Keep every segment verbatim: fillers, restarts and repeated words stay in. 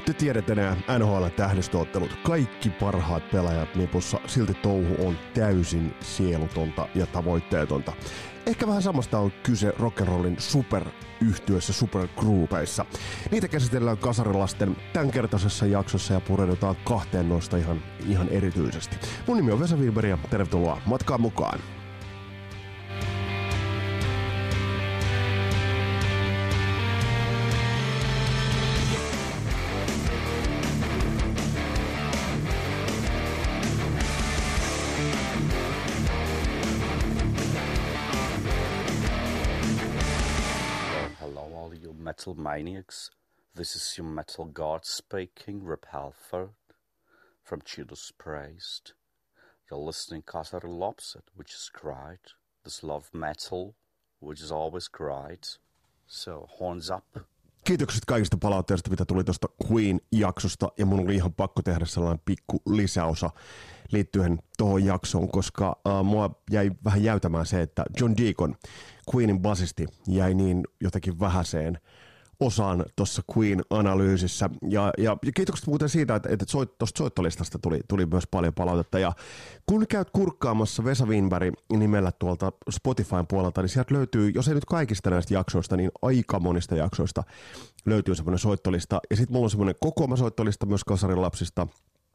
Te tiedätte nämä N H L-tähdistöottelut. Kaikki parhaat pelaajat nipussa, silti touhu on täysin sielutonta ja tavoitteetonta. Ehkä vähän samasta on kyse rock'n'rollin superyhtiöissä, supergroupeissa. Niitä käsitellään kasarilasten tämänkertaisessa jaksossa ja pureudutaan kahteen noista ihan, ihan erityisesti. Mun nimi on Vesa Wiberg ja tervetuloa matkaan mukaan. Metal maniacs, this is your metal god speaking, Rip Halford, from Judas Priest. You're listening Kasari Lopset, which is great. This love metal, which is always great. So, horns up. Kiitokset kaikista palautteista, mitä tuli tuosta Queen-jaksosta, ja mun oli ihan pakko tehdä sellainen pikku lisäosa liittyen tuohon jaksoon, koska uh, mua jäi vähän jäytämään se, että John Deacon, Queenin basisti, jäi niin jotenkin vähäiseen osaan tuossa Queen-analyysissä. Ja, ja, ja kiitokset muuten siitä, että, että soit, tuosta soittolistasta tuli, tuli myös paljon palautetta. Ja kun käyt kurkkaamassa Vesa Wiberg nimellä tuolta Spotifyn puolelta, niin sieltä löytyy, jos ei nyt kaikista näistä jaksoista, niin aika monista jaksoista löytyy semmoinen soittolista. Ja sitten mulla on semmoinen kokoama soittolista myös Kasarin lapsista,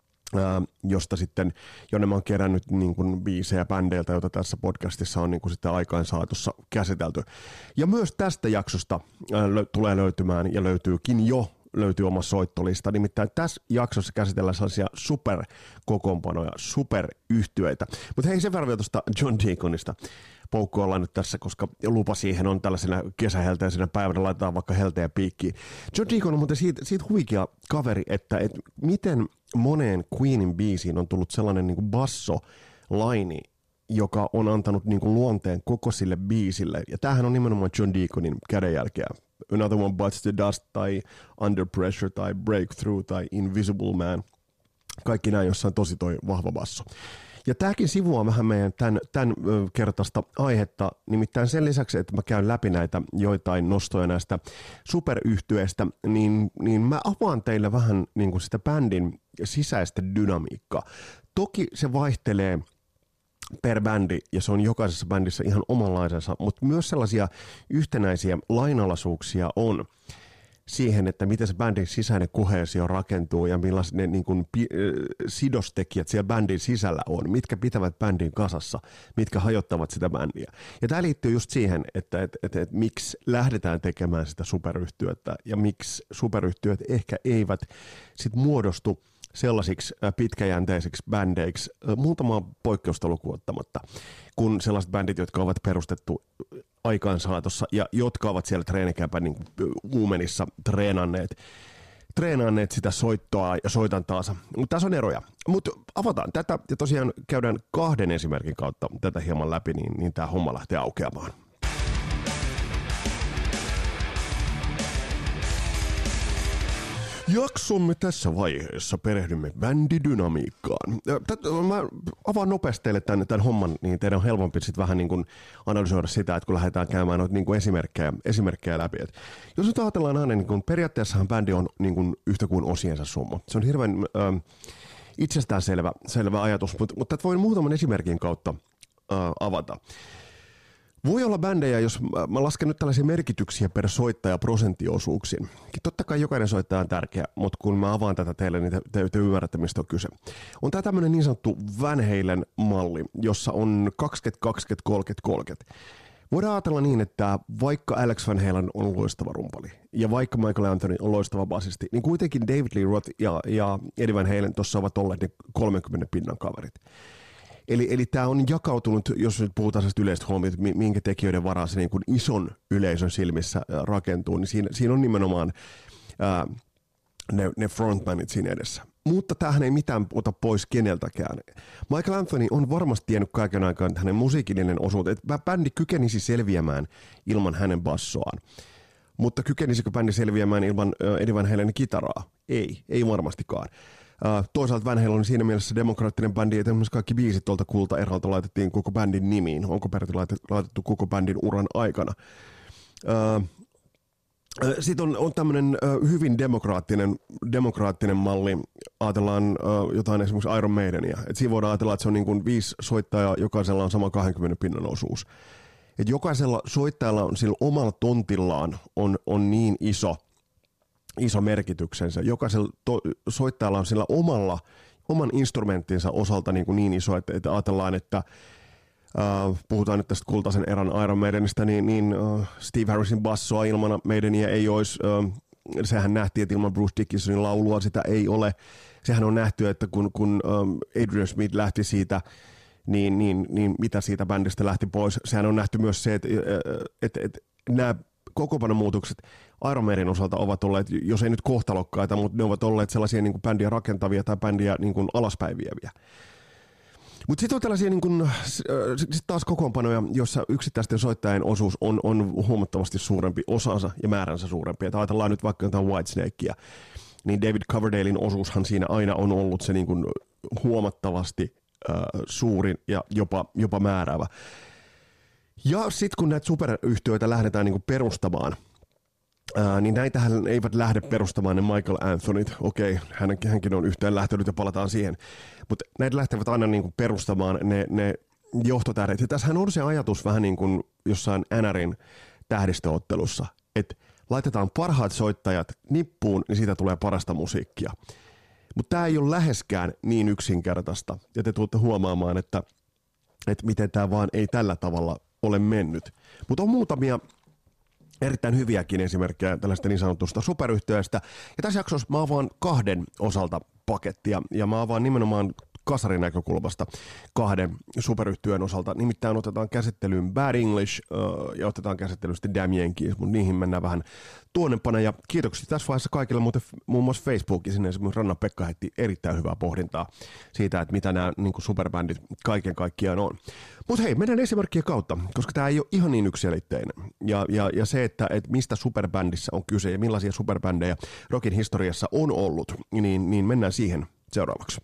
Ää, josta sitten, jonne mä oon kerännyt niin kuin biisejä bändeiltä, joita tässä podcastissa on niin kuin sitten aikaan saatossa käsitelty. Ja myös tästä jaksosta ää, lö- tulee löytymään ja löytyykin jo löytyy oma soittolista. Nimittäin tässä jaksossa käsitellään sellaisia superkokoonpanoja, superyhtyeitä. Mutta hei, sen verran vielä tuosta John Deaconista. Poukko ollaan nyt tässä, koska lupa siihen on tällaisena kesähelteisenä päivänä, laitetaan vaikka helteen piikkiin. John Deacon on muuten siitä, siitä huikea kaveri, että et miten moneen Queenin biisiin on tullut sellainen niin kuin basso-laini, joka on antanut niin kuin luonteen koko sille biisille. Ja tämähän on nimenomaan John Deaconin kädenjälkeä. Another One Bites the Dust tai Under Pressure tai Breakthrough tai Invisible Man. Kaikki nämä, jossa on tosi toi vahva basso. Ja tämäkin sivuaa vähän meidän tämän, tämän kertaista aihetta, nimittäin sen lisäksi, että mä käyn läpi näitä joitain nostoja näistä superyhtyeistä, niin, niin mä avaan teille vähän niin kuin sitä bändin sisäistä dynamiikkaa. Toki se vaihtelee per bändi, ja se on jokaisessa bändissä ihan omanlaisensa, mutta myös sellaisia yhtenäisiä lainalaisuuksia on siihen, että miten se bändin sisäinen koheesio rakentuu ja millaiset ne niin kuin, pi- sidostekijät siellä bändin sisällä on, mitkä pitävät bändin kasassa, mitkä hajottavat sitä bändiä. Ja tämä liittyy just siihen, että et, et, et, miksi lähdetään tekemään sitä superyhtiötä ja miksi superyhtiöt ehkä eivät sit muodostu sellaisiksi pitkäjänteisiksi bändeiksi, muutama poikkeusta lukuun ottamatta, kun sellaiset bändit, jotka ovat perustettu aikaan saatossa ja jotka ovat siellä treenikämpän niin uumenissa treenanneet, treenanneet sitä soittoa ja soitantaansa. Mutta tässä on eroja. Mutta avataan tätä ja tosiaan käydään kahden esimerkin kautta tätä hieman läpi, niin, niin tämä homma lähtee aukeamaan. Jaksomme tässä vaiheessa perehdymme bändidynamiikkaan. Mä avaan nopeasti teille tämän, tämän homman, niin teidän on helpompi sitten vähän niin kuin analysoida sitä, että kun lähdetään käymään noita niin kuin esimerkkejä, esimerkkejä läpi. Et jos nyt ajatellaan aina, niin kuin periaatteessahan bändi on niin kuin yhtä kuin osiensa summa. Se on hirveän äh, itsestään selvä, selvä ajatus, mutta, mutta voin muutaman esimerkin kautta äh, avata. Voi olla bändejä, jos mä lasken nyt tällaisia merkityksiä per soittaja prosenttiosuuksiin. Totta kai jokainen soittaja on tärkeä, mutta kun mä avaan tätä teille, niin te, te, te ymmärrätte, mistä on kyse. On tää tämmönen niin sanottu Van Halen malli, jossa on kaksikymmentä kaksikymmentä kolmekymmentä kolmekymmentä. Voidaan ajatella niin, että vaikka Alex Van Halen on loistava rumpali ja vaikka Michael Anthony on loistava basisti, niin kuitenkin David Lee Roth ja, ja Eddie Van Halen tuossa ovat olleet ne kolmenkymmenen pinnan kaverit. Eli, eli tämä on jakautunut, jos nyt puhutaan sellaista yleistä huomiota, minkä tekijöiden varaan se niin kuin ison yleisön silmissä rakentuu, niin siinä, siinä on nimenomaan ää, ne, ne frontmanit siinä edessä. Mutta tämähän ei mitään ota pois keneltäkään. Michael Anthony on varmasti tiennyt kaiken aikaa, että hänen musiikillinen osuus, että bändi kykenisi selviämään ilman hänen bassoaan. Mutta kykenisikö bändi selviämään ilman Eddie Van Halenin kitaraa? Ei, ei varmastikaan. Uh, toisaalta Van Halen on siinä mielessä demokraattinen bändi, että esimerkiksi kaikki biisit tuolta kultaeralta laitettiin koko bändin nimiin. Onko peräti laitettu koko bändin uran aikana. Uh, Sitten on, on tämmöinen hyvin demokraattinen, demokraattinen malli. Ajatellaan jotain esimerkiksi Iron Maidenia. Et siinä voidaan ajatella, että se on niin kuin viisi soittajaa, jokaisella on sama kaksikymmentä pinnan osuus. Et jokaisella soittajalla on sillä omalla tontillaan on, on niin iso, iso merkityksensä. Jokaisella to, soittajalla on sillä omalla, oman instrumenttinsa osalta niin, kuin niin iso, että, että ajatellaan, että Uh, puhutaan nyt tästä kultaisen erän Iron Maidenistä, niin, niin uh, Steve Harrisin bassoa ilman Maidenia ei olisi. Uh, sehän nähtiin, että ilman Bruce Dickinsonin laulua sitä ei ole. Sehän on nähty, että kun, kun um, Adrian Smith lähti siitä, niin, niin, niin mitä siitä bändistä lähti pois. Sehän on nähty myös se, että, että, että nämä kokoonpanomuutokset Iron Maiden osalta ovat olleet, jos ei nyt kohtalokkaita, mutta ne ovat olleet sellaisia niin kuin bändiä rakentavia tai bändiä niin kuin alaspäin vieviä. Mutta sitten on tällaisia niin kun, sit taas kokoonpanoja, joissa yksittäisten soittajien osuus on, on huomattavasti suurempi osansa ja määränsä suurempi. Et ajatellaan nyt vaikka jotain Whitesnakea, niin David Coverdalein osuushan siinä aina on ollut se niin kun huomattavasti äh, suurin ja jopa, jopa määräävä. Ja sitten kun näitä superyhtiöitä lähdetään niin kun perustamaan, Ää, niin näitähän eivät lähde perustamaan ne Michael Anthonyt. Okei, hän, hänkin on yhteen lähtenyt ja palataan siihen. Mutta näitä lähtevät aina niin kuin perustamaan ne, ne johtotähdet. Ja tässähän on se ajatus vähän niin kuin jossain N R:n tähdistöottelussa, että laitetaan parhaat soittajat nippuun, niin siitä tulee parasta musiikkia. Mutta tämä ei ole läheskään niin yksinkertaista. Ja te tulette huomaamaan, että, että miten tämä vaan ei tällä tavalla ole mennyt. Mutta on muutamia erittäin hyviäkin esimerkkejä tällaista niin sanotusta superyhtiöistä. Ja tässä jaksossa mä avaan kahden osalta pakettia, ja mä avaan nimenomaan kasarin näkökulmasta kahden superyhtiön osalta. Nimittäin otetaan käsittelyyn Bad English uh, ja otetaan käsittelyyn sitten Damn Yankees, mutta niihin mennään vähän tuonnempana. Ja kiitoksia tässä vaiheessa kaikille, muuten muun muassa Facebookin sinne esimerkiksi Rannan Pekka heitti erittäin hyvää pohdintaa siitä, että mitä nämä niin kuin superbändit kaiken kaikkiaan on. Mutta hei, mennään esimerkkien kautta, koska tämä ei ole ihan niin yksiselitteinen. Ja, ja, ja se, että, että mistä superbändissä on kyse ja millaisia superbändejä rockin historiassa on ollut, niin, niin mennään siihen seuraavaksi.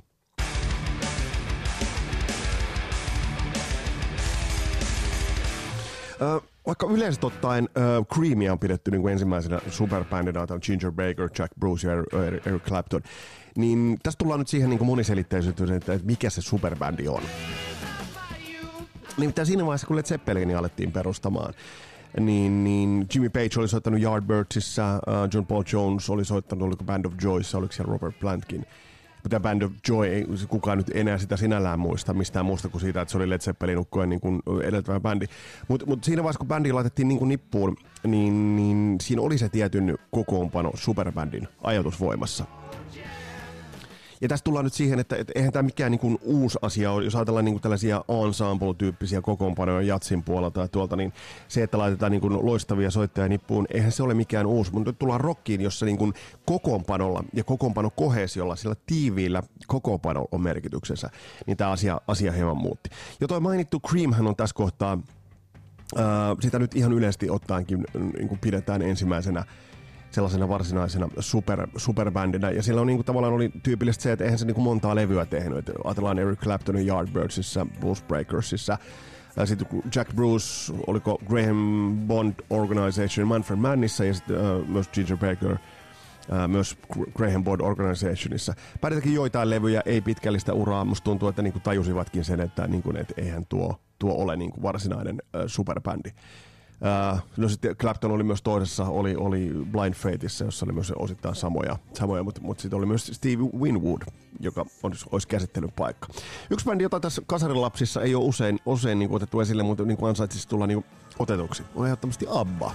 Uh, vaikka yleisesti ottaen uh, Creamia on pidetty niin kuin ensimmäisenä superbändinä, tai Ginger Baker, Jack Bruce ja Eric Clapton, niin tässä tullaan nyt siihen niin kuin moniselitteisyyteen, että mikä se superbändi on. Nimittäin siinä vaiheessa, kun Led Zeppelinia alettiin perustamaan, niin, niin Jimmy Page oli soittanut Yardbirdsissa, uh, John Paul Jones oli soittanut, oliko Band of Joyssa, oliko siellä Robert Plantkin. Mutta Band of Joy, ei kukaan nyt enää sitä sinällään muista mistään muusta kuin siitä, että se oli Led Zeppelin ukkojen niin kuin edeltävä bändi. Mutta mut siinä vaiheessa, kun bändiin laitettiin niin kuin nippuun, niin, niin siinä oli se tietyn kokoonpano superbändin ajatusvoimassa. Ja tästä tullaan nyt siihen, että et eihän tämä mikään niin kuin uusi asia ole. Jos ajatellaan niin kuin tällaisia ensemble-tyyppisiä kokoonpanoja jatsin puolelta tai tuolta, niin se, että laitetaan niin kuin loistavia soittajia nippuun, eihän se ole mikään uusi. Mutta nyt tullaan rockiin, jossa niin kuin kokoonpanolla ja kokoonpanokoheesiolla, sillä tiiviillä kokoonpanolla on merkityksensä, niin tämä asia, asia hieman muutti. Ja toi mainittu Creamhän on tässä kohtaa, ää, sitä nyt ihan yleisesti ottaenkin niin kuin pidetään ensimmäisenä sellaisena varsinaisena super, superbändinä. Ja siellä on niin kuin, tavallaan oli tyypillistä se, että eihän se niin kuin montaa levyä tehnyt. Et ajatellaan Eric Claptonin Yardbirdsissa, Blues Breakersissa. Sitten Jack Bruce, oliko Graham Bond Organization, Manfred Mannissa ja sitten uh, myös Ginger Baker, uh, myös Graham Bond Organizationissa. Päätetäkin joitain levyjä, ei pitkällistä uraa. Musta tuntuu, että niin kuin tajusivatkin sen, että, niin kuin, että eihän tuo, tuo ole niin kuin varsinainen uh, superbändi. Uh, no sitten Clapton oli myös toisessa, oli, oli Blind Faithissa, jossa oli myös osittain samoja, samoja mutta, mutta sitten oli myös Steve Winwood, joka olisi, olisi käsittelyn paikka. Yksi bändi, jota tässä kasarilapsissa ei ole usein, usein niin kuin otettu esille, mutta niin kuin ansaitsisi tulla niin kuin otetuksi, on ehdottomasti ABBA.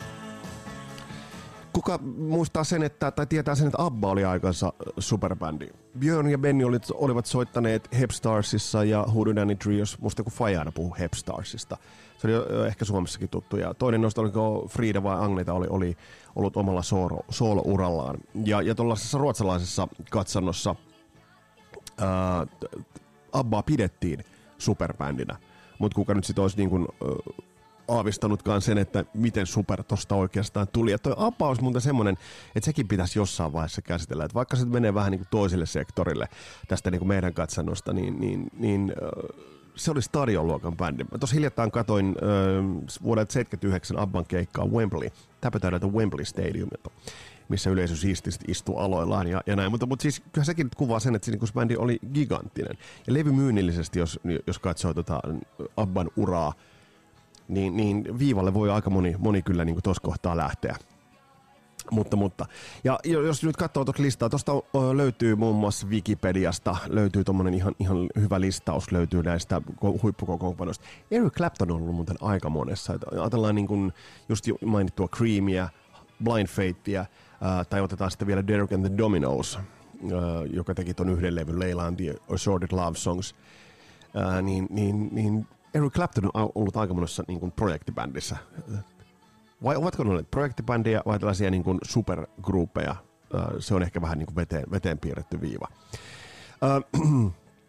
Kuka muistaa sen, että, tai tietää sen, että ABBA oli aikansa superbändi? Björn ja Benny olivat, olivat soittaneet Hepstarsissa ja Hoodoo Danny Trios, musta kun Faija aina puhui Hepstarsista. Se oli ehkä Suomessakin tuttu. Ja toinen noista, oliko Frida vai Agneta, oli, oli ollut omalla soolo-urallaan. Ja, ja tuollaisessa ruotsalaisessa katsannossa ää, ABBA pidettiin superbändinä. Mutta kuka nyt sitten olisi niin kuin, ä, aavistanutkaan sen, että miten super tosta oikeastaan tuli. Ja toi ABBA olisi muuten semmoinen, että sekin pitäisi jossain vaiheessa käsitellä. Että vaikka se menee vähän niin kuin toiselle sektorille tästä niin kuin meidän katsannosta, niin, niin, niin äh, se oli stadionluokan bändi. Mä tuossa hiljattain katoin äh, vuodelta seitsemänkymmentäyhdeksän Abban keikkaa Wembley, täpötäydeltä Wembley Stadiumilta, missä yleisö siististi istuu aloillaan ja, ja näin. Mutta, mutta siis kyllä sekin kuvaa sen, että se, niin se bändi oli giganttinen. Ja levymyynnillisesti, jos, jos katsoo tota Abban uraa, niin, niin viivalle voi aika moni, moni kyllä niin tuossa kohtaa lähteä. Mutta, mutta. Ja jos nyt katsoo tuota listaa, tuosta löytyy muun muassa Wikipediasta, löytyy tommonen ihan, ihan hyvä listaus, löytyy näistä huippukokoonpanoista. Eric Clapton on ollut muuten aika monessa. Että ajatellaan niin kuin just mainittua Creamia, Blind Faithia, ää, tai otetaan sitten vielä Derek and the Dominos, ää, joka teki ton yhden levyn, Layla and the Assorted Love Songs, ää, niin, niin, niin Eric Clapton on ollut aika monessa niin kuin projektibändissä. Vai ovatko ne olleet projektibändiä vai tällaisia niin kuin supergruppeja? Se on ehkä vähän niin kuin veteen, veteen piirretty viiva. Äh,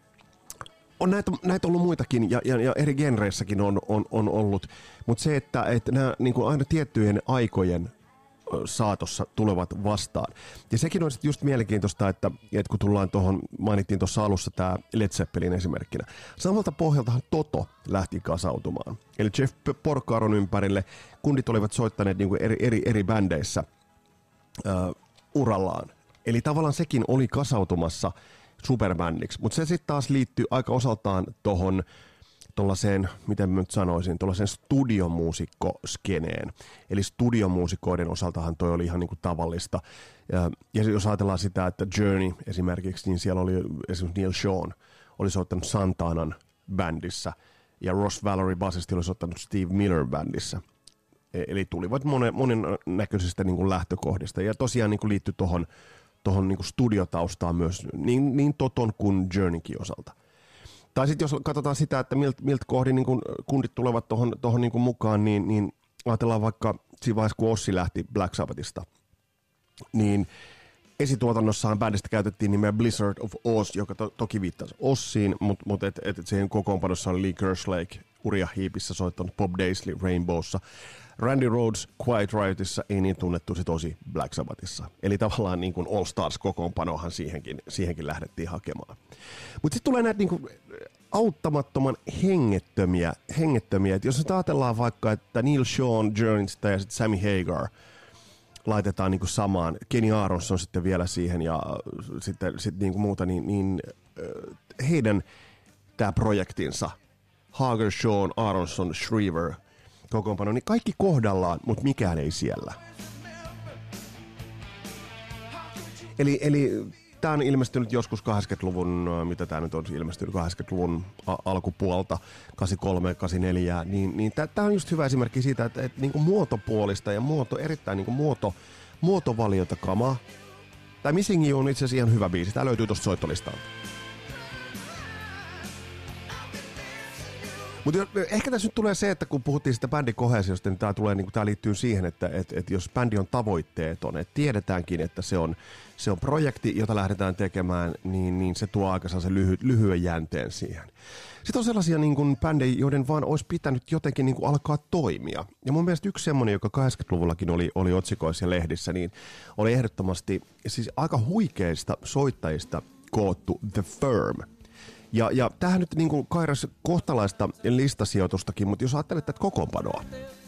on näitä, näitä ollut muitakin ja, ja, ja eri genreissäkin on, on, on ollut, mutta se, että, että nämä niin kuin aina tiettyjen aikojen saatossa tulevat vastaan. Ja sekin on sitten just mielenkiintoista, että, että kun tullaan tuohon, mainittiin tuossa alussa tämä Led Zeppelin esimerkkinä. Samalta pohjaltahan Toto lähti kasautumaan. Eli Jeff Porcaron ympärille kundit olivat soittaneet niin kuin eri, eri, eri bändeissä uh, urallaan. Eli tavallaan sekin oli kasautumassa superbändiksi. Mutta se sitten taas liittyy aika osaltaan tuohon tuollaiseen, miten mä nyt sanoisin, tuollaiseen studiomuusikko-skeneen. Eli studiomuusikoiden osaltahan toi oli ihan niin kuin tavallista. Ja, ja jos ajatellaan sitä, että Journey esimerkiksi, niin siellä oli esimerkiksi Neil Sean, oli soittanut Santanan bändissä, ja Ross Valory basisti oli soittanut Steve Miller bändissä. Eli tulivat monen, monennäköisistä niin kuin lähtökohdista, ja tosiaan niin kuin liittyi tuohon tohon niin kuin studiotaustaan myös, niin, niin Toton kuin Journeykin osalta. Tai sitten jos katsotaan sitä, että miltä milt kohdin niin kun kundit tulevat tuohon tohon niin mukaan, niin, niin ajatellaan vaikka siinä vaiheessa, kun Ossi lähti Black Sabbathista, niin esituotannossahan bändistä käytettiin nimeä Blizzard of Oz, joka to, toki viittasi Ossiin, mutta mut et, et, et siihen kokoonpanossa oli Lee Kerslake, Uriah Heepissä soittanut Bob Daisley Rainbowssa. Randy Rhoads Quiet Riotissa, ei niin tunnettu se tosi Black Sabbathissa. Eli tavallaan niin kuin All Stars kokoonpanohan siihenkin, siihenkin lähdettiin hakemaan. Mutta sitten tulee näitä niin kuin auttamattoman hengettömiä, hengettömiä. Et jos nyt ajatellaan vaikka, että Neil Sean Journeysta ja sitten Sammy Hagar laitetaan niin kuin samaan, Kenny Aronson sitten vielä siihen ja sitten sit niin kuin muuta, niin, niin heidän tämä projektinsa, Hagar, Sean, Aronson, Shriver, kokoonpano, niin kaikki kohdallaan, mutta mikään ei siellä. Eli, eli tämä on ilmestynyt joskus kahdeksankymmentäluvun, mitä tämä nyt on ilmestynyt, kahdeksankymmentäluvun a- alkupuolta, kahdeksankymmentäkolme kahdeksankymmentäneljä, niin, niin tämä on just hyvä esimerkki siitä, että, että niin kuin muotopuolista ja muoto, erittäin niin kuin muoto, muotovaliota kamaa. Tämä Missing You on itse asiassa ihan hyvä biisi, tämä löytyy tuosta soittolistalta. Mutta ehkä tässä nyt tulee se, että kun puhuttiin sitä bändin koheesiosta, niin tämä niin liittyy siihen, että et, et jos bändi on tavoitteeton, että tiedetäänkin, että se on, se on projekti, jota lähdetään tekemään, niin, niin se tuo aika sen lyhy, lyhyen jänteen siihen. Sitten on sellaisia niin kuin bändejä, joiden vaan olisi pitänyt jotenkin niin kuin alkaa toimia. Ja mun mielestä yksi semmoinen, joka kahdeksankymmentäluvullakin oli, oli otsikoissa ja lehdissä, niin oli ehdottomasti siis aika huikeista soittajista koottu The Firm. Ja, ja tämähän nyt niin kuin kairas kohtalaista listasijoitustakin, mutta jos ajattelet tätä kokoonpanoa.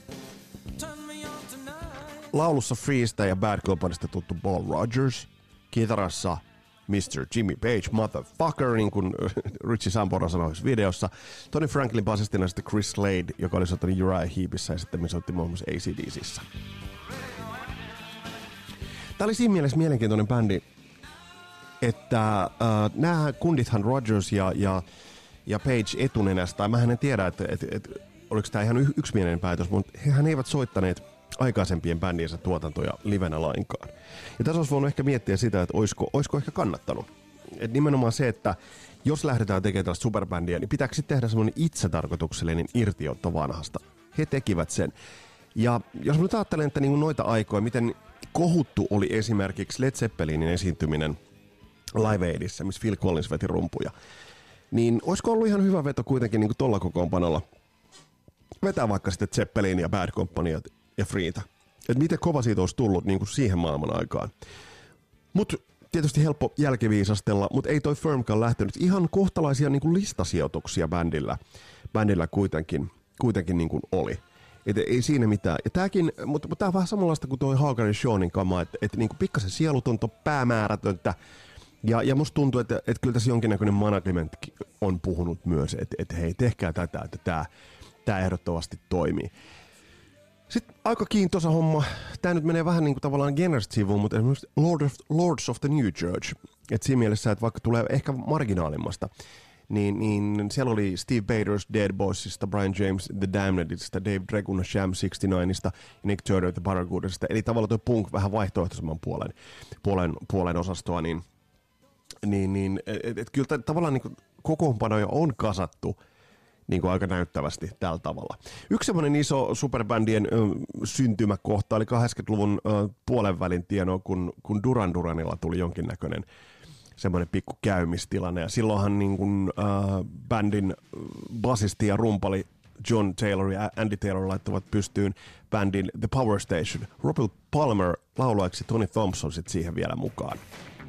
Laulussa Freesta ja Bad Companysta tuttu Paul Rogers, kitarassa mister Jimmy Page, motherfucker, niin kuin Richie Sambora sanoi videossa. Tony Franklin basistina sitten Chris Slade, joka oli soittanut Uriah Heepissä ja sitten me soitti muun muassa A C D C:ssä. Tämä oli siinä mielessä mielenkiintoinen bändi, että äh, nämä kundithan Rogers ja, ja, ja Page etunenästä, tai mähän en tiedä, että et, et, oliko tämä ihan y- yksimielinen päätös, mutta hehän eivät soittaneet aikaisempien bändiensä tuotantoja livenä lainkaan. Ja tässä olisi voinut ehkä miettiä sitä, että olisiko, olisiko ehkä kannattanut. Et nimenomaan se, että jos lähdetään tekemään tällaista superbändiä, niin pitääkö sitten tehdä semmoinen itsetarkoituksellinen irtiotto vanhasta. He tekivät sen. Ja jos nyt ajattelen, että niin noita aikoja, miten kohuttu oli esimerkiksi Led Zeppelinin esiintyminen Live Aidissa, missä Phil Collins veti rumpuja, niin olisiko ollut ihan hyvä veto kuitenkin niin tuolla kokoonpanolla vetää vaikka sitten Zeppelin ja Bad Company ja Freeta. Että miten kova siitä olisi tullut niin kuin siihen maailman aikaan. Mutta tietysti helppo jälkiviisastella, mutta ei toi Firmkaan lähtenyt. Ihan kohtalaisia niin kuin listasijoituksia bändillä, bändillä kuitenkin, kuitenkin niin kuin oli. Et ei siinä mitään. Ja tääkin, mutta, mutta tää on vähän samanlaista kuin toi Hagar ja Seanin kama, että et niin kuin pikkasen sielutonta, päämäärätöntä. Ja, ja musta tuntuu, että, että kyllä tässä jonkinnäköinen management on puhunut myös, että, että hei, tehkää tätä, että tää, tää ehdottomasti toimii. Sitten aika kiintoisa homma. Tää nyt menee vähän niin kuin tavallaan genrest-sivuun, mutta esimerkiksi Lord of, Lords of the New Church. Että siinä mielessä, että vaikka tulee ehkä marginaalimmasta, niin, niin siellä oli Steve Baders Dead Boysista, Brian James The Damnedista, Dave Dragun Sham sixty-nineista ja Nick Turner The Barragoodista. Eli tavallaan tuo punk vähän vaihtoehtoisemman puolen, puolen, puolen osastoa, niin, niin, niin et, et kyllä t- tavallaan niin kokoonpanoja on kasattu niin kuin aika näyttävästi tällä tavalla. Yksi semmoinen iso superbändien ö, syntymäkohta oli kahdeksankymmentäluvun ö, puolen välin tienoa, kun, kun Duran Duranilla tuli jonkinnäköinen semmoinen pikku käymistilanne. Ja silloinhan niin kuin, ö, bändin basisti ja rumpali John Taylor ja Andy Taylor laittavat pystyyn bändin The Power Station. Robert Palmer laulajaksi, Tony Thompson sit siihen vielä mukaan.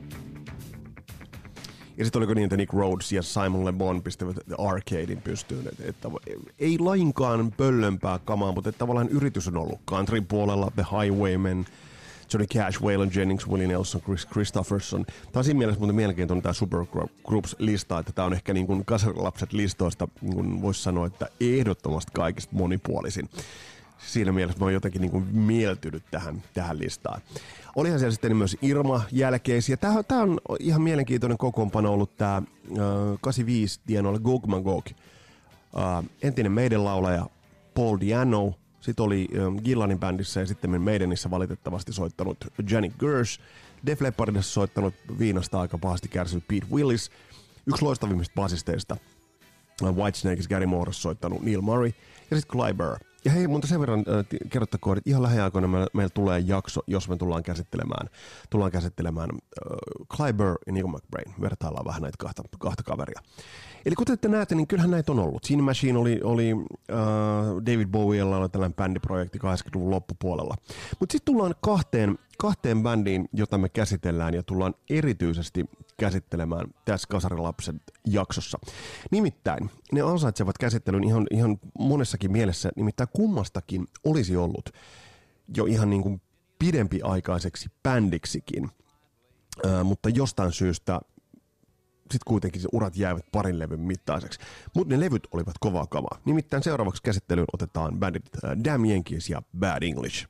Ja sitten oliko niin, että Nick Rhodes ja Simon Le Bon pistävät The Arcadein pystyyn. Että, että ei lainkaan pöllömpää kamaa, mutta että tavallaan yritys on ollut. Countryn puolella The Highwaymen, Johnny Cash, Waylon Jennings, Willie Nelson, Chris Christopherson. Tämä on siinä mielessä muuten mielenkiintoinen tämä Supergroups-lista, että tämä on ehkä niin kuin kasarilapset listoista, niin kuin voisi sanoa, että ehdottomasti kaikista monipuolisin. Siinä mielessä mä oon jotenkin niin kuin mieltynyt tähän, tähän listaan. Olihan siellä sitten myös Irma jälkeisiä. Tämä, tämä on ihan mielenkiintoinen kokoonpano ollut tämä äh, kahdeksankymmentäviisi tienoilla Gog Magog. Äh, entinen meidän laulaja Paul Di'Anno. Sitten oli äh, Gillanin bändissä ja sitten Maidenissä valitettavasti soittanut Janik Gers. Def Leppardissa soittanut viinasta aika pahasti kärsinyt Pete Willis. Yksi loistavimmista basisteista. Äh, Whitesnakes Gary Moore's soittanut Neil Murray. Ja sitten Clyburn. Ja hei, mutta sen verran äh, kerrottakoon, että ihan lähiaikoina meillä, meillä tulee jakso, jos me tullaan käsittelemään, tullaan käsittelemään äh, Clyburn ja Nico McBrain. Vertaillaan vähän näitä kahta, kahta kaveria. Eli kuten te näette, niin kyllähän näitä on ollut. Sin Machine oli, oli äh, David Bowiella oli tällainen bändiprojekti kahdeksankymmentäluvun loppupuolella. Mutta sitten tullaan kahteen, kahteen bändiin, jota me käsitellään ja tullaan erityisesti käsittelemään tässä Kasarilapset jaksossa. Nimittäin ne ansaitsevat käsittelyn ihan, ihan monessakin mielessä, nimittäin kummastakin olisi ollut jo ihan niin kuin pidempiaikaiseksi bändiksikin, äh, mutta jostain syystä sitten kuitenkin urat jäävät parin levyn mittaiseksi. Mutta ne levyt olivat kovaa kamaa. Nimittäin seuraavaksi käsittelyyn otetaan bändit äh, Damn Yankees ja Bad English.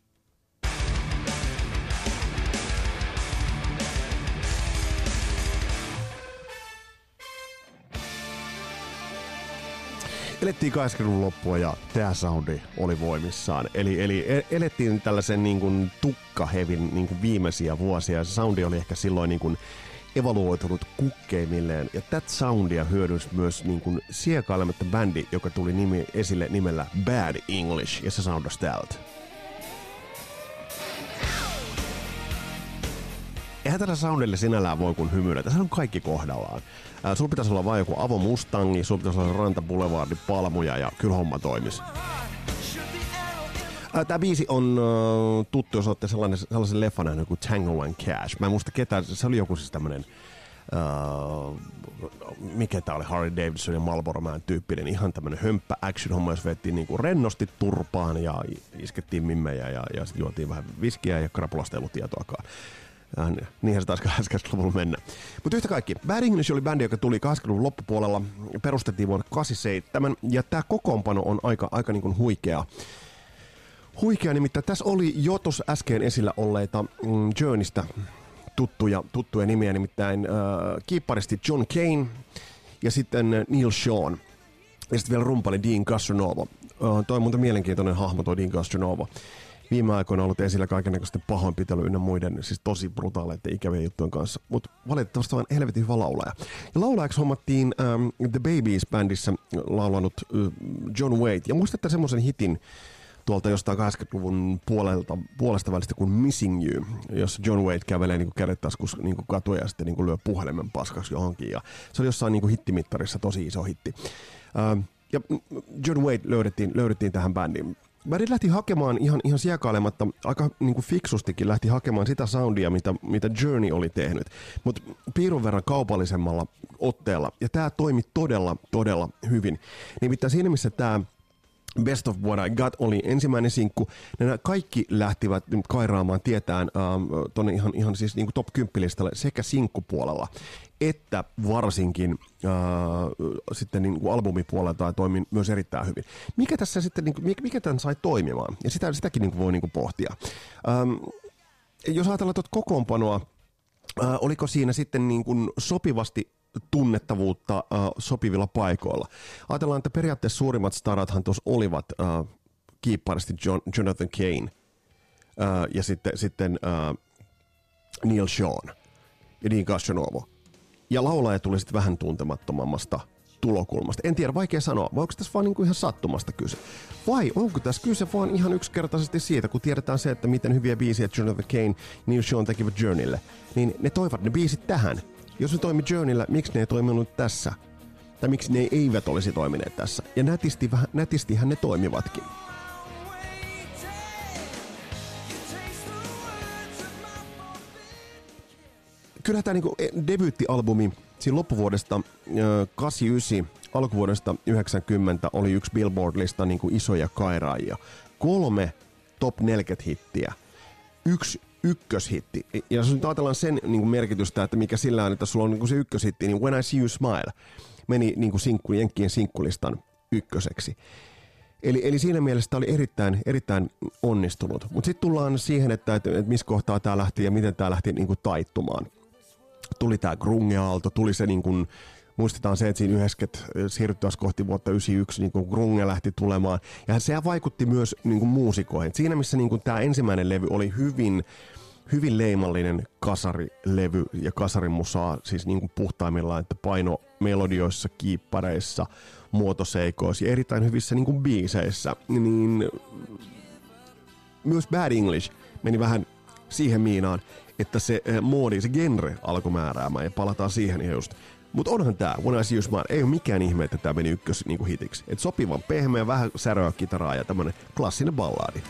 Elettiin kahdeksankymmentäluvun loppua ja tämä soundi oli voimissaan. Eli, eli elettiin tällaisen niin kuin tukkahevin niin kuin viimeisiä vuosia ja se soundi oli ehkä silloin niin kuin evaluoitunut kukkeimmilleen. Ja tätä soundia hyödynsi myös niin kuin siekailematta bändi, joka tuli nimi, esille nimellä Bad English ja se soundasi täältä. Eihän tällä soundille sinällään voi kun hymyillä. Tässä on kaikki kohdallaan. Äh, sulla pitäisi olla vain joku Avo Mustangi, sulla pitäisi olla Ranta Boulevardin palmuja ja kyllä homma toimisi. Äh, Tämä biisi on äh, tuttu, jos olette sellainen, sellaisen leffan nähnyt kuin Tango and Cash. Mä en muista ketään, se oli joku siis tämmönen, äh, mikä tää oli, Harley Davidson ja Marlboro Man tyyppinen, ihan tämmönen hömppä action-homma, jos vettiin niinku rennosti turpaan ja iskettiin mimmejä ja, ja sitten juotiin vähän viskiä ja krapulasta ei ollut tietoakaan. Ja niinhän se taisi kahdeksankymmentäluvulla mennä. Mutta yhtä kaikki, Bad English oli bändi, joka tuli kahdeksankymmentäluvun loppupuolella, perustettiin vuonna kahdeksankymmentäseitsemän, ja tämä kokoonpano on aika, aika niin kuin huikea. Huikea nimittäin, tässä oli jo tuossa äsken esillä olleita mm, Journeystä tuttuja, tuttuja nimiä, nimittäin äh, kiipparisti John Cain ja sitten Neil Sean. Ja sitten vielä rumpali Dean Castronovo. Äh, toi on muuten mielenkiintoinen hahmo toi Dean Castronovo. Viime aikoina on ollut esillä kaikennäköisten pahoinpitely ynnä muiden, siis tosi brutaaleiden ikävien juttujen kanssa, mutta valitettavasti vain helvetin hyvä laulaja. Ja laulajaksi hommattiin ähm, The Babies-bändissä laulanut äh, John Waite, ja muistatte semmoisen hitin tuolta jostain kahdeksankymmentäluvun puolelta, puolesta välistä kuin Missing You, jossa John Waite kävelee niin kädet taskus niin katuja ja sitten niin lyö puhelimen paskaksi johonkin, ja se oli jossain niin hittimittarissa tosi iso hitti. Ähm, ja John Waite löydettiin, löydettiin tähän bändiin. bändi lähti hakemaan ihan, ihan siekailematta, aika niin kuin fiksustikin lähti hakemaan sitä soundia, mitä, mitä Journey oli tehnyt, mutta piirun verran kaupallisemmalla otteella. Ja tämä toimi todella, todella hyvin. Nimittäin siinä, missä tämä Best of What I Got oli ensimmäinen sinkku, nämä kaikki lähtivät nyt kairaamaan tietään ähm, tuonne ihan, ihan siis niin kuin top kymmenen listalle sekä sinkkupuolella että varsinkin äh, sitten niin kuin albumipuolella toimi myös erittäin hyvin. Mikä tässä sitten, niin kuin, mikä, mikä tämän sai toimimaan? Ja sitä, sitäkin niin kuin voi niin kuin pohtia. Ähm, jos ajatellaan tuota kokoonpanoa, äh, oliko siinä sitten niin kuin sopivasti tunnettavuutta äh, sopivilla paikoilla. Ajatellaan, että periaatteessa suurimmat starathan tuossa olivat äh, kiipparisti John, Jonathan Cain äh, ja sitten, sitten äh, Neil Sean ja Dean Castronovo. Ja laulaja tuli sitten vähän tuntemattomammasta tulokulmasta. En tiedä, vaikea sanoa, vai onko tässä vaan niinku ihan sattumasta kyse? Vai onko tässä kyse vaan ihan yksinkertaisesti siitä, kun tiedetään se, että miten hyviä biisiä Jonathan Cain ja Neil Sean tekivät Journeylle, niin ne toivat ne biisit tähän. Jos ne toimi Journeyllä, miksi ne ei toiminut tässä? Tai miksi ne eivät olisi toimineet tässä? Ja nätisti, nätistihän ne toimivatkin. Kyllä tämä niinku debyyttialbumi siinä loppuvuodesta kahdeksankymmentäyhdeksän, alkuvuodesta yhdeksänkymmentä oli yksi Billboard-lista niinku isoja kairaajia. Kolme top neljäkymmentä hittiä. Yksi ykköshitti. Ja jos nyt ajatellaan sen niin kuin merkitystä, että mikä sillä on, että sulla on niin kuin se ykköshitti, niin When I See You Smile meni niin kuin sinkku, Jenkkien sinkkulistan ykköseksi. Eli, eli siinä mielessä tämä oli erittäin, erittäin onnistunut. Mutta sitten tullaan siihen, että, että, että missä kohtaa tämä lähti ja miten tämä lähti niin kuin taittumaan. Tuli tämä grunge-aalto, tuli se niin kuin, muistetaan se, että siinä yhdeksänkymmentä siirryttäessä kohti vuotta yhdeksänkymmentäyksi niin kuin grunge lähti tulemaan. Ja se vaikutti myös niin kuin muusikoihin. Siinä missä niin kuin tämä ensimmäinen levy oli hyvin, hyvin leimallinen kasarilevy ja kasarimusaa, siis niin kuin puhtaimmillaan, että paino melodioissa, kiippareissa, muotoseikoissa ja erittäin hyvissä niin kuin biiseissä, niin myös Bad English meni vähän siihen miinaan, että se moodi, se genre alkoi määräämään ja palataan siihen ihan just. Mutta onhan tää, When I See You Smile, ei ole mikään ihme, että tää meni ykkös niinku hitiksi. Et sopivan pehmeä, vähän säröä kitaraa ja tämmönen klassinen ballaadi.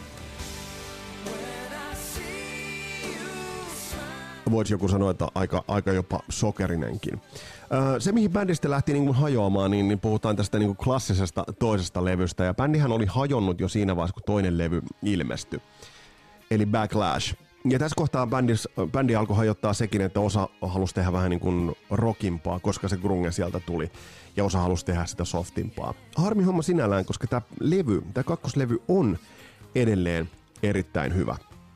Voisi joku sanoa, että aika, aika jopa sokerinenkin. Öö, se, mihin bändistä lähti niinku hajoamaan, niin, niin puhutaan tästä niinku klassisesta toisesta levystä. Ja bändihän oli hajonnut jo siinä vaiheessa, kun toinen levy ilmestyi. Eli Backlash. Ja tässä kohtaa bändis, bändi alkoi hajottaa sekin, että osa halusi tehdä vähän niin kuin rockimpaa, koska se grunge sieltä tuli, ja osa halusi tehdä sitä softimpaa. Harmi homma sinällään, koska tämä levy, tämä kakkoslevy on edelleen erittäin hyvä.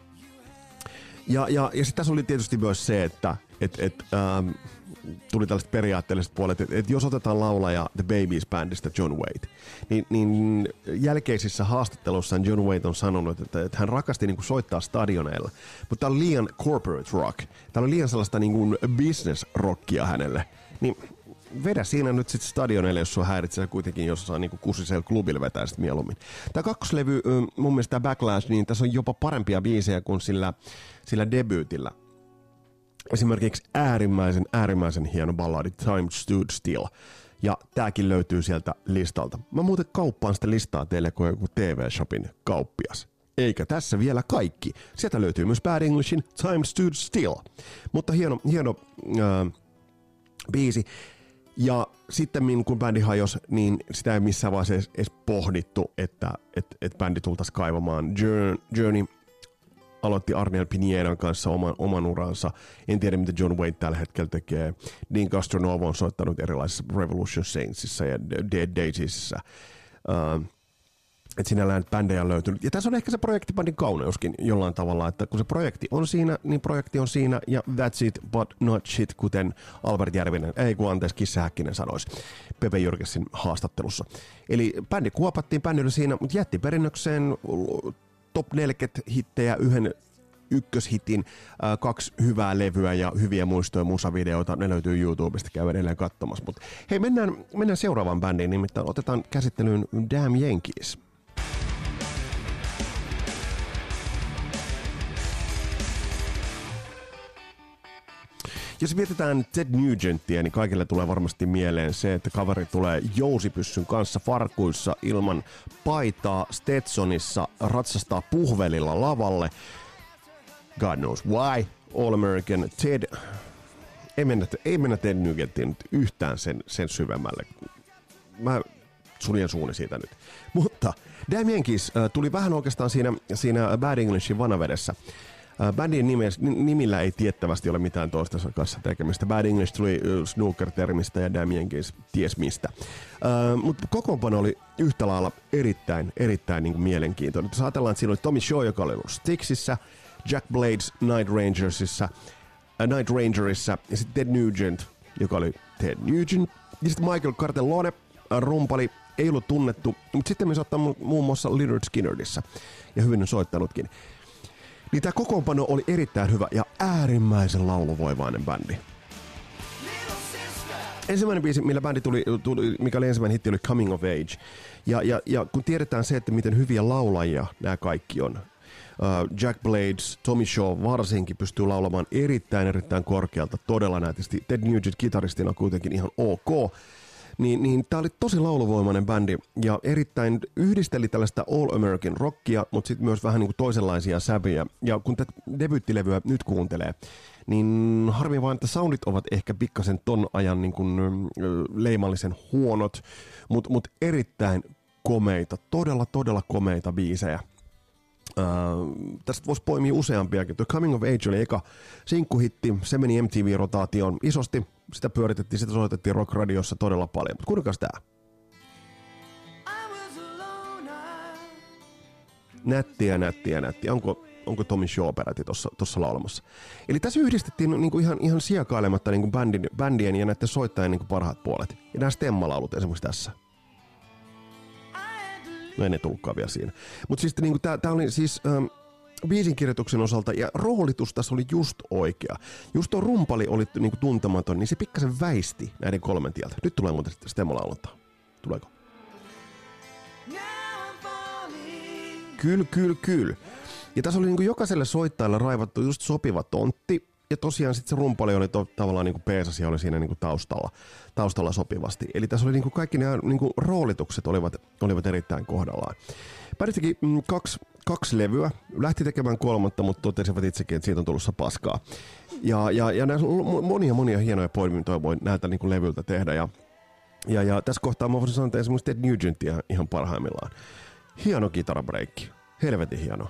Ja, ja, ja sitten tässä oli tietysti myös se, että et, et, ähm, tuli tällaiset periaatteelliset puolet, että et jos otetaan laulaja The Babies-bändistä John Waite, niin, niin jälkeisissä haastatteluissa John Waite on sanonut, että, että hän rakasti niin kuin soittaa stadioneilla, mutta tämä on liian corporate rock. Tämä on liian sellaista niin kuin business rockia hänelle. Niin vedä siinä nyt sitten stadioneille, jos sua häiritsee kuitenkin jossain niin kuin kussisella klubilla vetää sitten mieluummin. Tämä kakkoslevy, mun mielestä tämä Backlash, niin tässä on jopa parempia biisejä kuin sillä, sillä debyytillä. Esimerkiksi äärimmäisen, äärimmäisen hieno balladi Time Stood Still. Ja tääkin löytyy sieltä listalta. Mä muuten kauppaan sitä listaa teille kuin joku T V-shopin kauppias. Eikä tässä vielä kaikki. Sieltä löytyy myös Bad Englishin Time Stood Still. Mutta hieno, hieno äh, biisi. Ja sitten kun bändi hajosi, niin sitä ei missään vaiheessa edes pohdittu, että et, et bändi tultaisiin kaivamaan. Journey aloitti Arnel Piniedan kanssa oman, oman uransa. En tiedä, mitä John Waite tällä hetkellä tekee. Dean Castronovo on soittanut erilaisissa Revolution Saintsissa ja Dead Daisissä. Uh, että sinällään bändejä on löytynyt. Ja tässä on ehkä se projektibändin kauneuskin jollain tavalla, että kun se projekti on siinä, niin projekti on siinä, ja that's it, but not shit, kuten Albert Järvinen, ei kun anteeksi Kissa Häkkinen sanoisi Pepe Jyrkesin haastattelussa. Eli bändi kuopattiin, bändi oli siinä, mutta jätti perinnökseen top neljäkymmentä hittejä, yhden ykköshitin, äh, kaksi hyvää levyä ja hyviä muistoja, musavideoita. Ne löytyy YouTubesta, käy edelleen katsomassa. Mut hei, mennään, mennään seuraavaan bändiin, nimittäin otetaan käsittelyyn Damn Yankees. Jos mietitään Ted Nugentia, niin kaikille tulee varmasti mieleen se, että kaveri tulee jousipyssyn kanssa farkuissa ilman paitaa, Stetsonissa, ratsastaa puhvelilla lavalle. God knows why. All American Ted. Ei mennä, ei mennä Ted Nugentiin nyt yhtään sen, sen syvemmälle. Mä suljen suuni siitä nyt. Mutta Damien Keys äh, tuli vähän oikeastaan siinä, siinä Bad Englishin vanavedessä. Äh, Bandin nimes, nimillä ei tiettävästi ole mitään toistensa kanssa tekemistä. Bad English tuli uh, snooker-termistä ja Damien Keys ties mistä. Äh, Mutta kokoonpano oli yhtä lailla erittäin, erittäin niin kuin mielenkiintoinen. Jos ajatellaan, että siinä oli Tommy Shaw, joka oli ollut Styxissä, Jack Blades Night Rangersissa, uh, Night Rangerissa ja sitten Ted Nugent, joka oli Ted Nugent. Ja sitten Michael Cartellone, uh, rumpali, ei ollut tunnettu, mutta sitten me soittaa muun muassa Lynyrd Skynyrdissa ja hyvin on soittanutkin. Niin tämä kokoonpano oli erittäin hyvä ja äärimmäisen lauluvoimainen bändi. Ensimmäinen biisi, millä bändi tuli, tuli mikä oli ensimmäinen hitti, oli Coming of Age. Ja, ja, ja kun tiedetään se, että miten hyviä laulajia nämä kaikki on, uh, Jack Blades, Tommy Shaw varsinkin pystyy laulamaan erittäin erittäin korkealta, todella nätisti. Ted Nugent kitaristina kuitenkin ihan ok. Niin, niin tää oli tosi lauluvoimainen bändi ja erittäin yhdisteli tällaista All American rockia, mutta sitten myös vähän niinku toisenlaisia sävyjä. Ja kun tätä debyyttilevyä nyt kuuntelee, niin harmi vain, että soundit ovat ehkä pikkasen ton ajan niinku, leimallisen huonot, mutta mut erittäin komeita, todella todella komeita biisejä. Uh, tästä voisi poimia useampiakin. Tuo Coming of Age oli eka sinkkuhitti, se meni M T V-rotaatioon isosti, sitä pyöritettiin, sitä soitettiin rock-radiossa todella paljon. Mutta kuinkas tää? Nättiä, nättiä, nättiä. Onko, onko Tommy Shaw peräti tuossa laulamassa? Eli tässä yhdistettiin niinku ihan, ihan siekailematta niinku bändin, bändien ja näiden soittajien niinku parhaat puolet. Ja nämä stemmalaulut esimerkiksi tässä. No ei ne tullutkaan vielä siinä. Mutta siis niinku tää, tää oli siis ähm, biisin kirjoituksen osalta ja roolitus tässä oli just oikea. Just tuo rumpali oli niinku tuntematon, niin se pikkasen väisti näiden kolmen tieltä. Nyt tulee muuten sitten stemmalaulut. Tuleeko? Kyllä, kyllä, kyllä. Ja tässä oli niinku jokaiselle soittajalle raivattu just sopiva tontti. Ja tosiaan sitten se rumpali oli to, tavallaan niinku peesas ja oli siinä niinku taustalla, taustalla sopivasti. Eli tässä oli niinku kaikki nämä niinku roolitukset olivat, olivat erittäin kohdallaan. Päädystikin mm, kaksi, kaksi levyä. Lähti tekemään kolmatta, mutta totesivat itsekin, että siitä on tullut paskaa. Ja, ja, ja näissä on monia monia hienoja poimintoja voi näiltä niinku levyltä tehdä. Ja, ja, ja tässä kohtaa mä voisin sanoa, että esimerkiksi Ted Nugentia ihan parhaimmillaan. Hieno kitarabreikki. Helvetin hieno.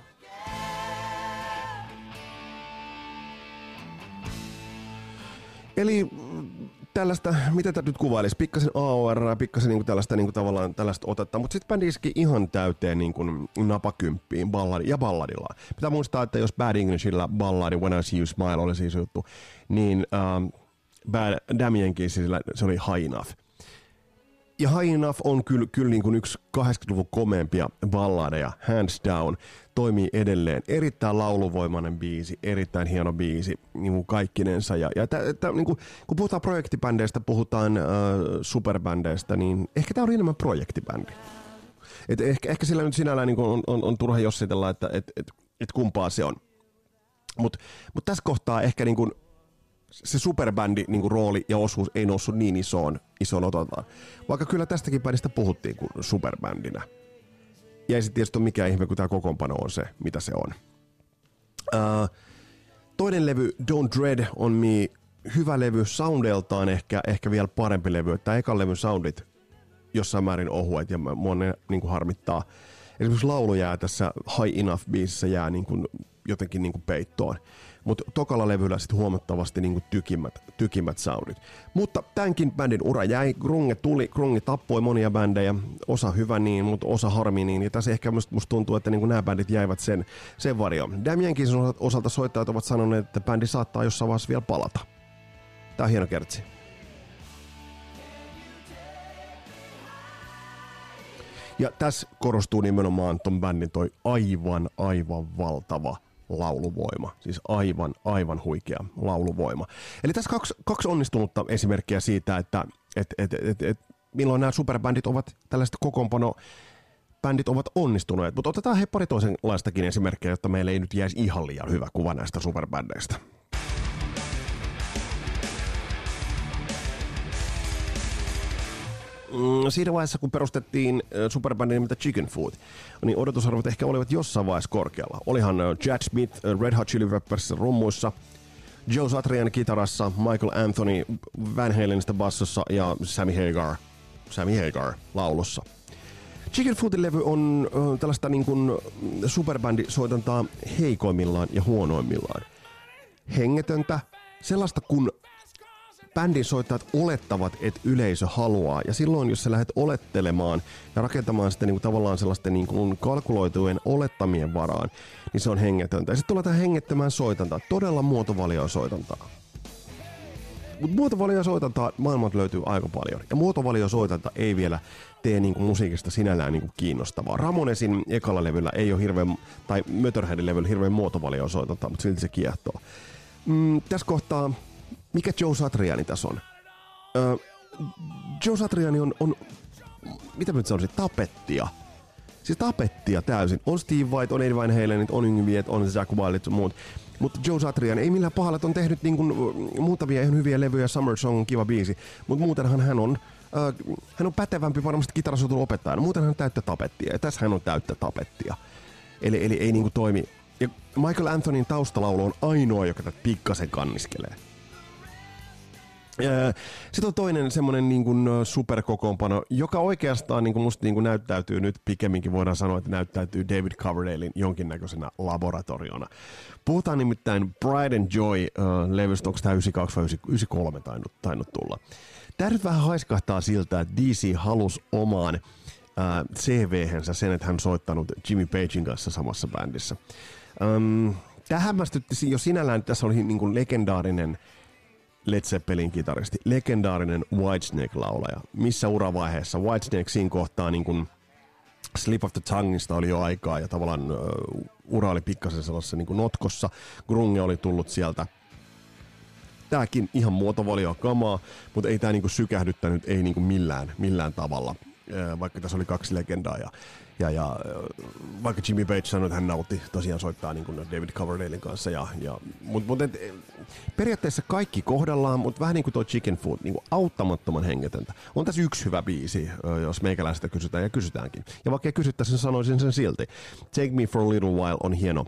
Eli tällaista, mitä tätä nyt kuvailisi, pikkasen A O R, pikkasen niinku tällaista niinku tavallaan tällaista otetta, mutta sitten bändi iski ihan täyteen niinku napakymppiin balladi, ja balladillaan. Pitää muistaa, että jos Bad Englishillä balladi When I See You Smile oli siis juttu, niin ähm, Bad Damien Keysillä se oli High Enough. Ja High Enough on kyllä, kyllä niin kuin yksi kahdeksankymmentäluvun komeampia balladeja, hands down, toimii edelleen. Erittäin lauluvoimainen biisi, erittäin hieno biisi niin kuin kaikkinensa. Ja, ja tä, tä, niin kuin, kun puhutaan projektibändeistä, puhutaan äh, superbändeistä, niin ehkä tämä oli enemmän projektibändi. Et ehkä, ehkä sillä nyt sinällään niin kuin on, on, on turha jossitella, että et, et, et kumpaa se on. Mutta mut tässä kohtaa ehkä niin kuin se superbändi niin kuin rooli ja osuus ei noussut niin isoon, isoon ototaan. Vaikka kyllä tästäkin bändistä puhuttiin kuin superbändinä. Ja ei sitten tietysti ole mikään ihme, kun tämä kokoonpano on se, mitä se on. Uh, toinen levy, Don't Dread on Me, hyvä levy, soundeltaan ehkä, ehkä vielä parempi levy. Tämä ekan levyn soundit jossain määrin ohuet ja mua ne niin kuin harmittaa. Esimerkiksi laulu jää tässä High Enough-biisissä jää niin kuin jotenkin niin kuin peittoon. Mutta tokalla levyllä sitten huomattavasti niinku tykimmät, tykimmät soundit. Mutta tämänkin bändin ura jäi, grunge tuli, grunge tappoi monia bändejä, osa hyvä niin, mutta osa harmi niin. Ja tässä ehkä musta, musta tuntuu, että niinku nämä bändit jäivät sen, sen varjoon. Damien Keysin osalta soittajat ovat sanoneet, että bändi saattaa jossain vaiheessa vielä palata. Tää on hieno kertsi. Ja tässä korostuu nimenomaan ton bändin toi aivan, aivan valtava lauluvoima. Siis aivan, aivan huikea lauluvoima. Eli tässä kaksi, kaksi onnistunutta esimerkkiä siitä, että et, et, et, et, milloin nämä superbändit ovat, tällaiset kokoonpano-bändit ovat onnistuneet. Mutta otetaan he pari toisenlaistakin esimerkkejä, jotta meille ei nyt jäisi ihan liian hyvä kuva näistä superbändeistä. Siinä vaiheessa, kun perustettiin superbändin nimeltä Chicken Food, niin odotusarvot ehkä olivat jossain vaiheessa korkealla. Olihan Jack Smith Red Hot Chili Peppersin rummuissa, Joe Satriani kitarassa, Michael Anthony Van Halenista bassossa ja Sammy Hagar, Sammy Hagar laulussa. Chicken Foodin levy on äh, tällaista niin kuin superbändisoitantaa heikoimmillaan ja huonoimmillaan. Hengetöntä, sellaista kun bändin soittajat olettavat, että yleisö haluaa. Ja silloin, jos sä lähdet olettelemaan ja rakentamaan sitä niin kuin, tavallaan sellaisten niin kuin kalkuloitujen olettamien varaan, niin se on hengetöntä. Ja sitten tulee tähän hengettömään soitantaa, todella muotovalioa soitantaa. Mutta muotovalioa soitantaa maailmalta löytyy aika paljon. Ja muotovalioa soitanta ei vielä tee niin kuin musiikista sinällään niin kuin kiinnostavaa. Ramonesin ekalla levyllä ei ole hirveän, tai Motorheadin levyllä hirveän muotovalioa soitantaa, mutta silti se kiehtoo. Mm, tässä kohtaa mikä Joe Satriani tässä on? Öö, Joe Satriani on, on, mitä mä nyt sanoisin, tapettia. Siis tapettia täysin. On Steve White, on Eddie Van Halen, on Yngviet, on Zakk Wylde ja muut. Mutta Joe Satriani ei millään pahalla, että on tehnyt niin kuin muutamia ihan hyviä levyjä. Summer Song on kiva biisi. Mutta muutenhan hän on, öö, hän on pätevämpi varmasti kitarasoitun opettajana. Muuten hän on täyttä tapettia. Ja tässä hän on täyttä tapettia. Eli, eli ei niinku toimi. Ja Michael Anthonyn taustalaulu on ainoa, joka tätä pikkasen kanniskelee. Sitten on toinen semmoinen niin kuin superkokoonpano, joka oikeastaan niin kuin musta niin kuin näyttäytyy nyt pikemminkin, voidaan sanoa, että näyttäytyy David Coverdalein jonkinnäköisenä laboratoriona. Puhutaan nimittäin Pride and Joy-levystä, onko tämä yhdeksänkymmentäkaksi vai yhdeksänkymmentäkolme tainnut, tainnut tulla. Tämä nyt vähän haiskahtaa siltä, että D C halusi omaan äh, C V-hensä sen, että hän on soittanut Jimmy Pagein kanssa samassa bändissä. Ähm, tämä hämmästytti jo sinällään, että tässä oli niin kuin legendaarinen Led Zeppelin kitaristi, legendaarinen Whitesnake-laulaja. Missä uravaiheessa? Whitesnake siinä kohtaa niin kuin Slip of the Tongueista oli jo aikaa ja tavallaan uh, ura oli pikkasen sellaisessa niin kuin notkossa. Grunge oli tullut sieltä. Tääkin ihan muotovalioa kamaa, mutta ei tää niin kuin sykähdyttänyt, ei niin kuin millään, millään tavalla. Uh, vaikka tässä oli kaksi legendaa ja Ja, ja vaikka Jimmy Page sanoi, että hän nautti tosiaan soittaa niin kuin David Coverdalein kanssa. Ja, ja, mutta mut, periaatteessa kaikki kohdallaan, mutta vähän niin kuin tuo Chicken Food, niin kuin auttamattoman hengetöntä. On tässä yksi hyvä biisi, jos meikäläistä kysytään ja kysytäänkin. Ja vaikka ei kysyttäisi, sanoisin sen silti. Take Me For A Little While on hieno.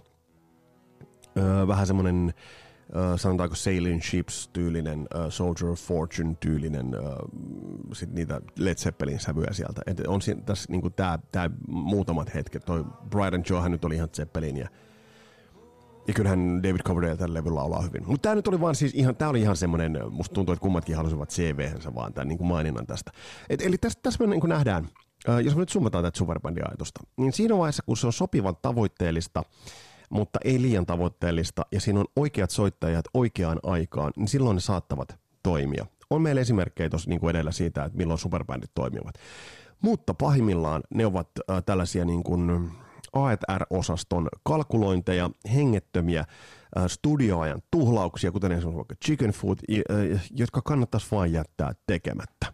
Öö, vähän semmonen, öö, sanotaanko Sailing Ships-tyylinen, öö, Soldier of Fortune-tyylinen, öö, sit niitä Led Zeppelin sävyjä sieltä. Et on siinä, tässä niinku tää, tää muutamat hetket. Toi Brian and Joehan nyt oli ihan Zeppelin ja, ja kyllähän David Coverdale tällä levyllä laulaa hyvin. Mutta tää nyt oli vaan siis ihan, tää oli ihan semmonen, musta tuntuu, että kummatkin halusivat C V-hänsä vaan tän niinku maininnan tästä. Et, eli tässä, tässä me niinku nähdään, öö, jos me nyt summataan tätä superbändiajatusta, niin siinä vaiheessa, kun se on sopivan tavoitteellista, mutta ei liian tavoitteellista, ja siinä on oikeat soittajat oikeaan aikaan, niin silloin ne saattavat toimia. On meillä esimerkkejä tuossa niin kuin edellä siitä, että milloin superbändit toimivat. Mutta pahimmillaan ne ovat äh, tällaisia niin kuin A and R-osaston kalkulointeja, hengettömiä äh, studioajan tuhlauksia, kuten esimerkiksi vaikka Chicken Food, äh, jotka kannattaisi vain jättää tekemättä.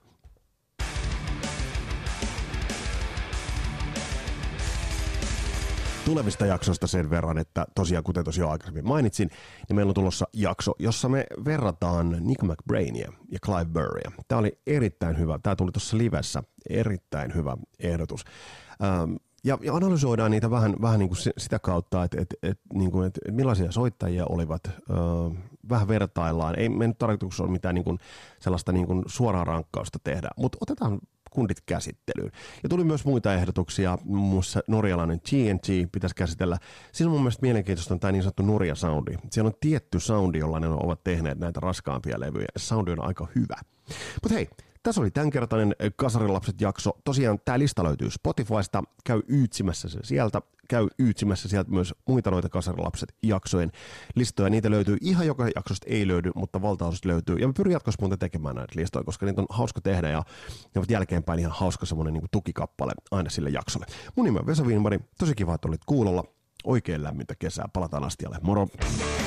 Tulevista jaksoista sen verran, että tosiaan kuten tosiaan aikaisemmin mainitsin, niin meillä on tulossa jakso, jossa me verrataan Nick McBrainia ja Clive Burrya. Tämä oli erittäin hyvä, tämä tuli tuossa livessä, erittäin hyvä ehdotus. Ähm, ja, ja analysoidaan niitä vähän, vähän niin kuin sitä kautta, että, että, että, niin kuin, että millaisia soittajia olivat, äh, vähän vertaillaan. Ei me nyt tarkoituksessa ole mitään niin kuin sellaista niin kuin suoraa rankkausta tehdä, mutta otetaan kundit käsittelyyn. Ja tuli myös muita ehdotuksia, muun muassa norjalainen T N T pitäisi käsitellä. Siinä on mun mielestä mielenkiintoista on tämä niin sanottu Norja-soundi. Siellä on tietty soundi, jolla ne ovat tehneet näitä raskaampia levyjä. Soundi on aika hyvä. Mutta hei, tässä oli tämänkertainen Kasarilapset-jakso. Tosiaan tämä lista löytyy Spotifysta. Käy yytsimässä se sieltä. Käy yytsimässä sieltä myös muita noita Kasarilapset-jaksojen listoja. Niitä löytyy ihan joka jaksosta ei löydy, mutta valtaosasta löytyy. Ja mä pyrin jatkossa muuten tekemään näitä listoja, koska niitä on hauska tehdä ja ne ovat jälkeenpäin ihan hauska semmoinen niin kuin tukikappale aina sille jaksolle. Mun nimi on Vesa Wienberg. Tosi kiva, että olit kuulolla. Oikein lämmintä kesää. Palataan astialle. Moro!